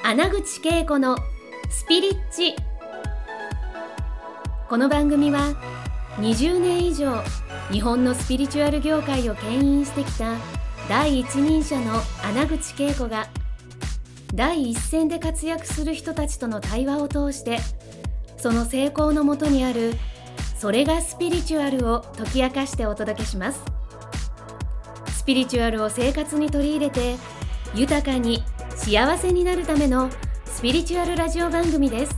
穴口恵子のスピリッチ。この番組は20年以上日本のスピリチュアル業界を牽引してきた第一人者の穴口恵子が第一線で活躍する人たちとの対話を通して、その成功のもとにあるそれがスピリチュアルを解き明かしてお届けします。スピリチュアルを生活に取り入れて豊かに幸せになるためのスピリチュアルラジオ番組です。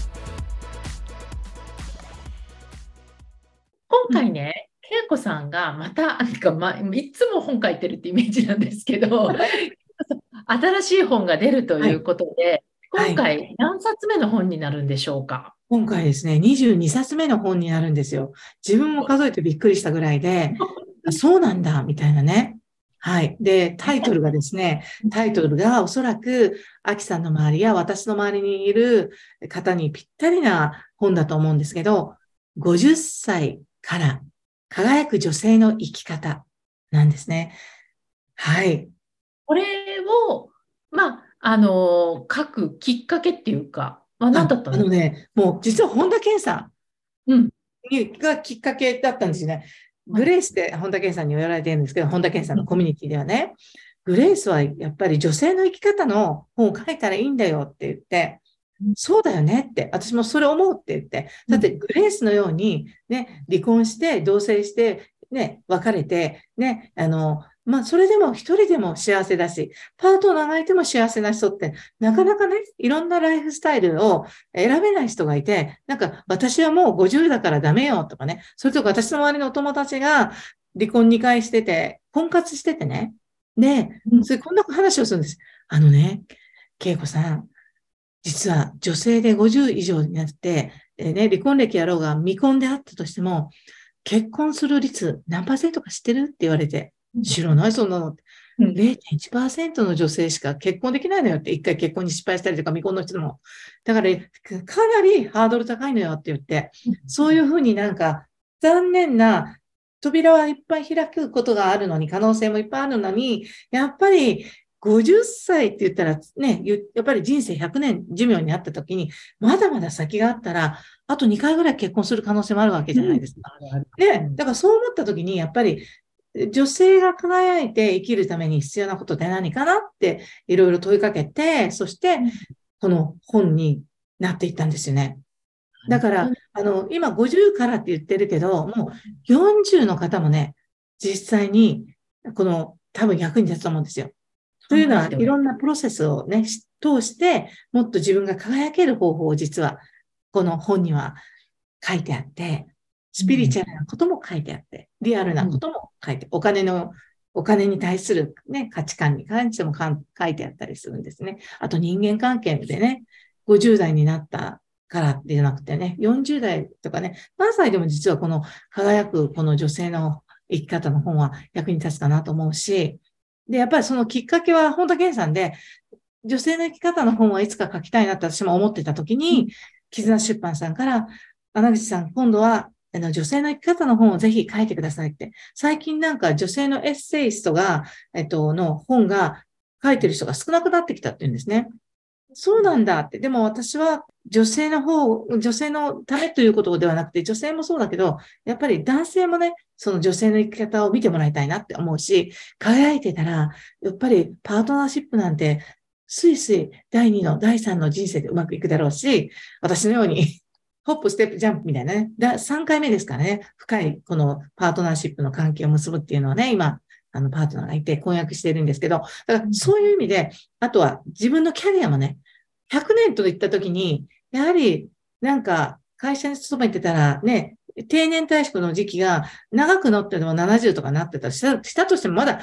今回ね、恵子さんがまたいつも本書いてるってイメージなんですけど新しい本が出るということで、今回何冊目の本になるんでしょうか？ 今回ですね、22冊目の本になるんですよ。自分も数えてびっくりしたぐらいで、そうなんだ、みたいなね。はい。で、タイトルがおそらく、アキさんの周りや私の周りにいる方にぴったりな本だと思うんですけど、50歳から輝く女性の生き方なんですね。はい。 これを、書くきっかけっていうか、何だったの？ もう実は本田健さんがきっかけだったんですよね。グレイスって本田健さんに言われてるんですけど、本田健さんのコミュニティではね、グレイスはやっぱり女性の生き方の本を書いたらいいんだよって言って、そうだよねって、私もそれ思うって言って、だってグレイスのようにね、離婚して、同棲して、ね、別れて、ね、それでも一人でも幸せだし、パートナーがいても幸せな人って、なかなかね、いろんなライフスタイルを選べない人がいて、私はもう50だからダメよとかね、それとか私の周りのお友達が離婚2回してて、婚活しててね、で、こんな話をするんです。恵子さん、実は女性で50以上になって、離婚歴やろうが未婚であったとしても、結婚する率何%か知ってるって言われて、知らない、そんなの。0.1% の女性しか結婚できないのよって、一回結婚に失敗したりとか、未婚の人でも。だから、かなりハードル高いのよって言って、そういうふうに残念な扉はいっぱい開くことがあるのに、可能性もいっぱいあるのに、やっぱり50歳って言ったらね、やっぱり人生100年寿命になった時に、まだまだ先があったら、あと2回ぐらい結婚する可能性もあるわけじゃないですか。で、だからそう思った時に、やっぱり女性が輝いて生きるために必要なことって何かなっていろいろ問いかけて、そしてこの本になっていったんですよね。だから、今50からって言ってるけど、もう40の方もね、実際に多分役に立つと思うんですよ。というのは、いろんなプロセスをね、通して、もっと自分が輝ける方法を実は、この本には書いてあって、スピリチュアルなことも書いてあって、リアルなことも書いて、お金に対するね、価値観に関しても書いてあったりするんですね。あと人間関係でね、50代になったからじゃなくてね、40代とかね、何歳でも実はこの輝くこの女性の生き方の本は役に立つかなと思うし、で、やっぱりそのきっかけは本田健さんで、女性の生き方の本はいつか書きたいなって私も思ってた時に、絆出版さんから、穴口さん、今度は女性の生き方の本をぜひ書いてくださいって。最近女性のエッセイストが、の本が書いてる人が少なくなってきたって言うんですね。そうなんだって。でも私は女性のためということではなくて、女性もそうだけど、やっぱり男性もね、その女性の生き方を見てもらいたいなって思うし、輝いてたら、やっぱりパートナーシップなんて、スイスイ第2の第3の人生でうまくいくだろうし、私のようにホップ、ステップ、ジャンプみたいなね、3回目ですからね、深いこのパートナーシップの関係を結ぶっていうのはね、今、パートナーがいて婚約しているんですけど、だからそういう意味で、あとは自分のキャリアもね、100年と言ったときに、やはり会社に勤めてたらね、定年退職の時期が長くなってでも70とかなってたしたとしてもまだ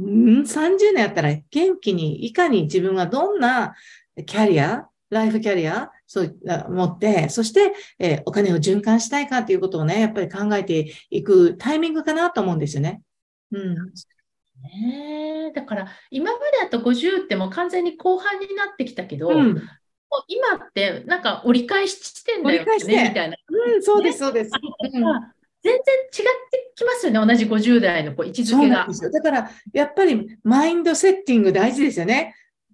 30年やったら元気に、いかに自分がどんなライフキャリア、そう持って、そして、お金を循環したいかということをね、やっぱり考えていくタイミングかなと思うんですよね。 だから今までだと50ってもう完全に後半になってきたけど、今って折り返し地点だよねみたいな。 そうです、そうです。 全然違ってきますよね、同じ50代の位置づけが。 そうなんですよ。だから、やっぱりマインドセッティング大事ですよね。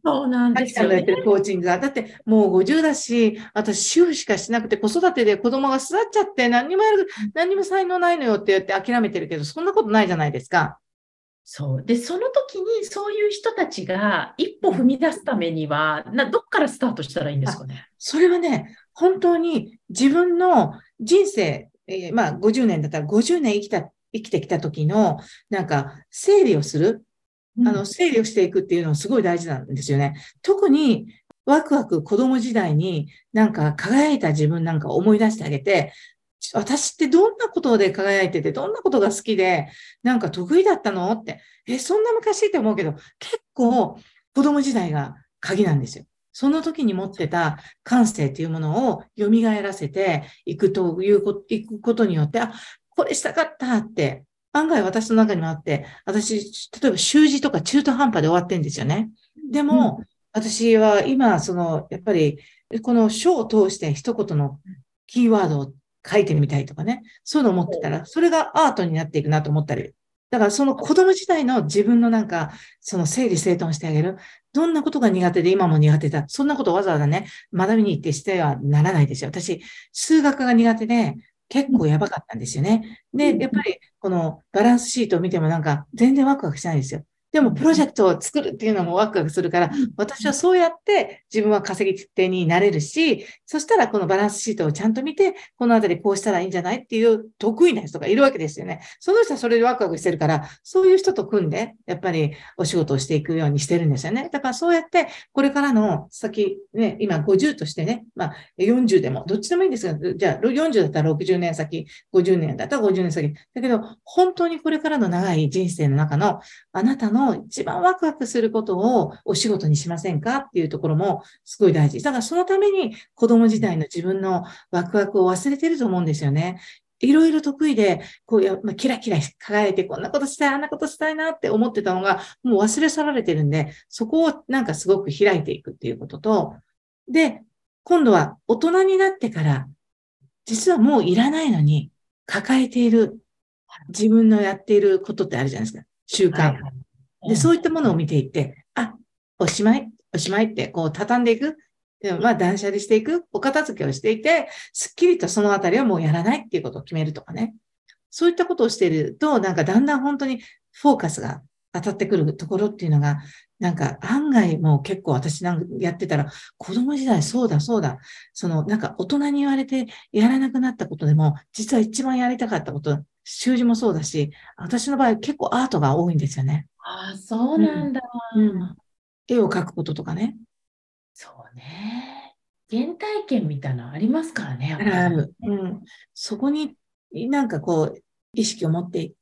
そうなんさですよね。 きさんのやってるコーチングが。だってもう50だし、私主婦しかしなくて子育てで子供が育っちゃって何にも才能ないのよって言って諦めてるけど、そんなことないじゃないですか。 そう。で、その時にそういう人たちが一歩踏み出すためには、どっからスタートしたらいいんですあ、 かね。 それはね、本当に自分の人生、まあ50年だったら50年生きてきた時の、なんか整理をする。 うん。 整理をしていくっていうのはすごい大事なんですよね。特にワクワク子供時代になんか輝いた自分なんか思い出してあげて、私ってどんなことで輝いてて、どんなことが好きで、なんか得意だったのって、そんな昔って思うけど、結構子供時代が鍵なんですよ。その時に持ってた感性っていうものを蘇らせていくことによって、あ、これしたかったって案外私の中にもあって、私、例えば習字とか中途半端で終わってるんですよね。でうん。 も、私は今、やっぱり、この書を通して一言のキーワードを書いてみたいとかね、そういうのを思ってたら、それがアートになっていくなと思ったり。だからその子供時代の自分のなんか、その整理整頓してあげる。どんなことが苦手で今も苦手だ。そんなことをわざわざね、学びに行ってしてはならないですよ。私、数学が苦手で、結構やばかったんですよね。で、やっぱりこのバランスシートを見てもなんか全然ワクワクしないんですよ。でもプロジェクトを作るっていうのもワクワクするから、私はそうやって自分は稼ぎ手になれるし、そしたらこのバランスシートをちゃんと見て、このあたりこうしたらいいんじゃないっていう得意な人がいるわけですよね。その人はそれでワクワクしてるから、そういう人と組んで、やっぱりお仕事をしていくようにしてるんですよね。だからそうやって、これからの先、ね、今50としてね、まあ40でも、どっちでもいいんですが、じゃあ40だったら60年先、50年だったら50年先。だけど、本当にこれからの長い人生の中の、あなたの一番ワクワクすることをお仕事にしませんかっていうところもすごい大事。だからそのために子供時代の自分のワクワクを忘れてると思うんですよね。いろいろ得意で、こうや、まあ、キラキラ輝いて、こんなことしたい、あんなことしたいなって思ってたのが、もう忘れ去られてるんで、そこをなんかすごく開いていくっていうことと、で、今度は大人になってから、実はもういらないのに、抱えている自分のやっていることってあるじゃないですか。習慣。 はいはい。 で、 うん。 そういったものを見ていって、あ、おしまいって、こう、畳んでいく。でも、まあ、断捨離していく。お片付けをしていて、すっきりとそのあたりはもうやらないっていうことを決めるとかね。そういったことをしていると、なんかだんだん本当にフォーカスが当たってくるところっていうのが、なんか案外もう結構私なんかやってたら、子供時代そうだそうだ、なんか大人に言われてやらなくなったことでも、実は一番やりたかったこと、習字もそうだし、私の場合結構アートが多いんですよね。 ああ、そううん。 なんだ。 うん。絵を描くこととかね。 そうね。原体験みたいなのありますからね、やっぱり。 ある。うん。そこになんかこう、意識を持っていって、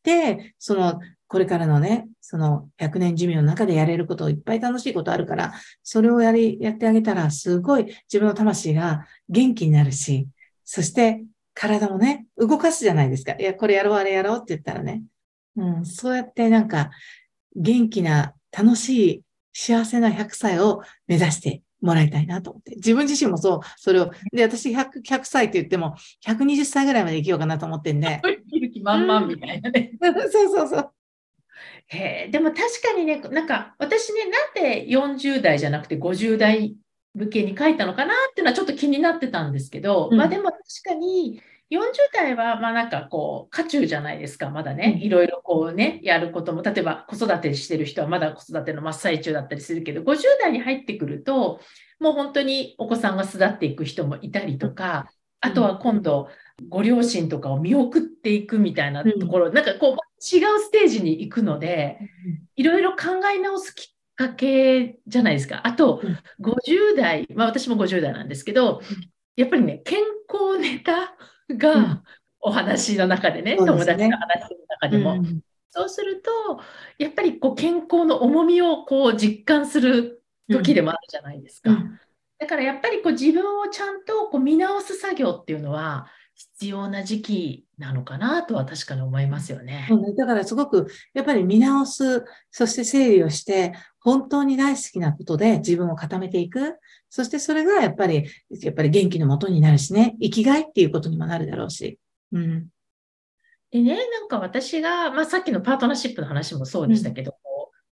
これからのね、100年寿命の中でやれることいっぱい楽しいことあるから、それをやってあげたら、すごい自分の魂が元気になるし、そして体もね、動かすじゃないですか。いや、これやろう、あれやろうって言ったらね。うん、そうやってなんか、元気な、楽しい、幸せな100歳を目指してもらいたいなと思って。自分自身もそう、それを、で、私100歳って言っても、120歳ぐらいまで生きようかなと思ってんで。 生きる気満々 うん。 みたいなね。 そうそうそう。 へえ、でも確かにね、なんか私ね、なんで40代じゃなくて50代向けに書いたのかなっていうのはちょっと気になってたんですけど、 うん、 まあでも確かに40代はまあなんかこう、渦中じゃないですか、まだね、 うん、 いろいろこうね、やることも、例えば子育てしてる人はまだ子育ての真っ最中だったりするけど、50代に入ってくると、もう本当にお子さんが巣立っていく人もいたりとか、 うん、 あとは今度、ご両親とかを見送っていくみたいなうん、 ところ、なんかこう違うステージに行くので、いろいろ考え直すきっかけじゃないですか。あと、 うん、 50代、まあ私も50代なんですけど、やっぱりね、健康ネタうん。 がお話の中でね、 そうで友達がすね。 話してる中でも、 うん、 そうすると、やっぱりこう健康の重みをこう実感するうん、 時でもあるじゃないですか。 うん。 だからやっぱりこう自分をちゃんとこう見直す作業っていうのは必要な時期なのかなとは確かに思いますよね。 そうね。だからすごく、やっぱり見直す、そして整理をして、本当に大好きなことで自分を固めていく。そしてそれがやっぱり元気のもとになるしね、生きがいっていうことにもなるだろうし。うん。 でね、なんか私が、まあ、さっきのパートナーシップの話もそううん。 でしたけど、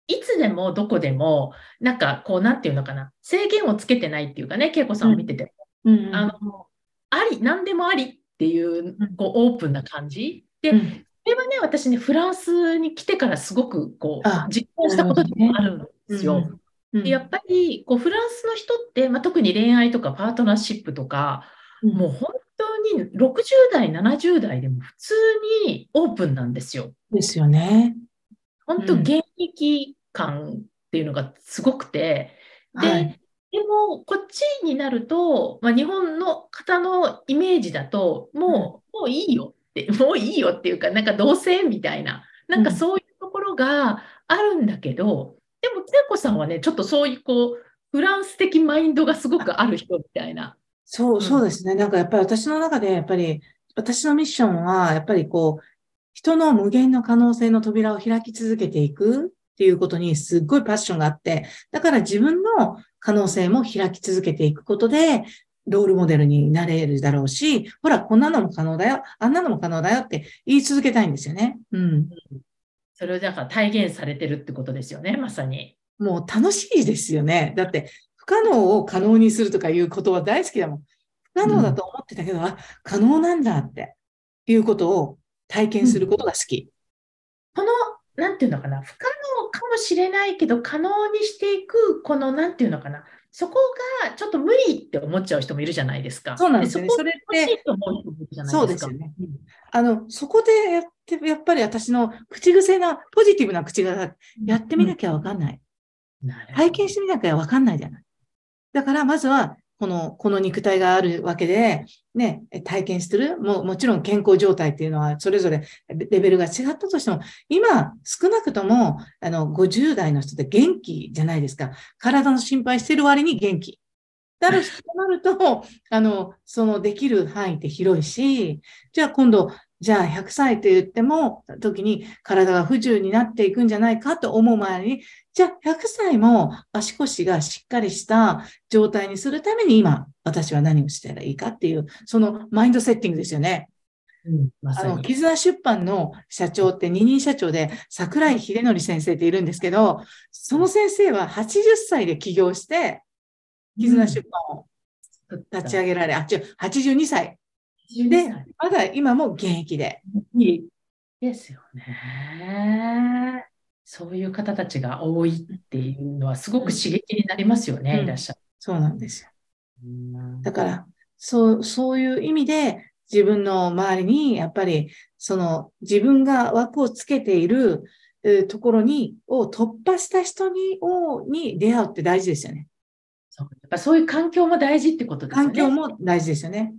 いつでもどこでも、なんかこう、なんていうのかな、制限をつけてないっていうかね、恵子さんを見てて、何でもありっていう、こう、オープンな感じ。で、それはね、私ね、フランスに来てからすごく、こう、実感したことでもあるんですよ。でやっぱり、こう、フランスの人って、特に恋愛とかパートナーシップとか、もう本当に60代、70代でも普通にオープンなんですよ。 ですよね。 本当、現役感っていうのがすごくて、でも、こっちになると、日本の方のイメージだと、もういいよって、もういいよっていうか、なんか同性みたいな、なんかそういうところがあるんだけど、でも、恵子さんはね、ちょっとそういう、こう、フランス的マインドがすごくある人みたいな。 そうですね。なんかやっぱり私の中で、やっぱり私のミッションは、やっぱりこう、人の無限の可能性の扉を開き続けていくっていうことにすっごいパッションがあって、だから自分の可能性も開き続けていくことで、ロールモデルになれるだろうし、ほら、こんなのも可能だよ、あんなのも可能だよって言い続けたいんですよね。 それをだから体現されてるってことですよね、まさに。 もう楽しいですよね。だって、不可能を可能にするとかいう言葉大好きだもん。不可能だと思ってたけど、可能なんだっていうことを体験することが好き。 この、なんていうのかな、不可能かもしれないけど、可能にしていく、この、なんていうのかな、そこがちょっと無理って思っちゃう人もいるじゃないですか。 そうなんですよね。 それって欲しいと思う人もいるじゃないですか。 そうですよね。そこでやっぱり私の口癖な、ポジティブな口が、やってみなきゃわかんない。体験してみなきゃわかんないじゃない。だから、まずは、この肉体があるわけで、ね、体験する。もちろん健康状態っていうのは、それぞれレベルが違ったとしても、今、少なくとも、50代の人って元気じゃないですか。体の心配してる割に元気。となると、そのできる範囲って広いし、じゃあ今度、じゃあ100歳って言っても、時に体が不自由になっていくんじゃないかと思う前に、じゃあ100歳も足腰がしっかりした状態にするために今、私は何をしたらいいかっていう、そのマインドセッティングですよね。絆出版の社長って二人社長で桜井秀則先生っているんですけど、その先生は80歳で起業して、絆出版を立ち上げられ、82歳。で、まだ今も現役で。 いいですよね。そういう方たちが多いっていうのはすごく刺激になりますよね、いらっしゃる。 そうなんですよ。だから、そういう意味で、自分の周りに、やっぱり、自分が枠をつけているところを突破した人に出会うって大事ですよね。 やっぱそういう環境も大事ってことですよね。 環境も大事ですよね。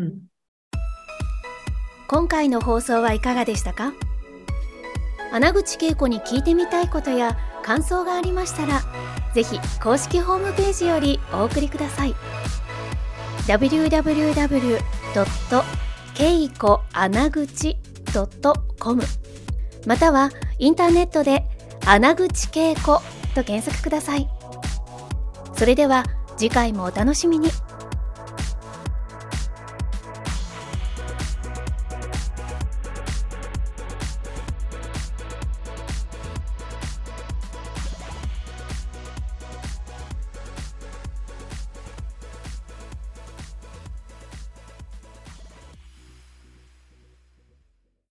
今回の放送はいかがでしたか？穴口恵子に聞いてみたいことや感想がありましたら、ぜひ公式ホームページよりお送りください。www.keikoanaguchi.com またはインターネットで穴口恵子と検索ください。それでは次回もお楽しみに。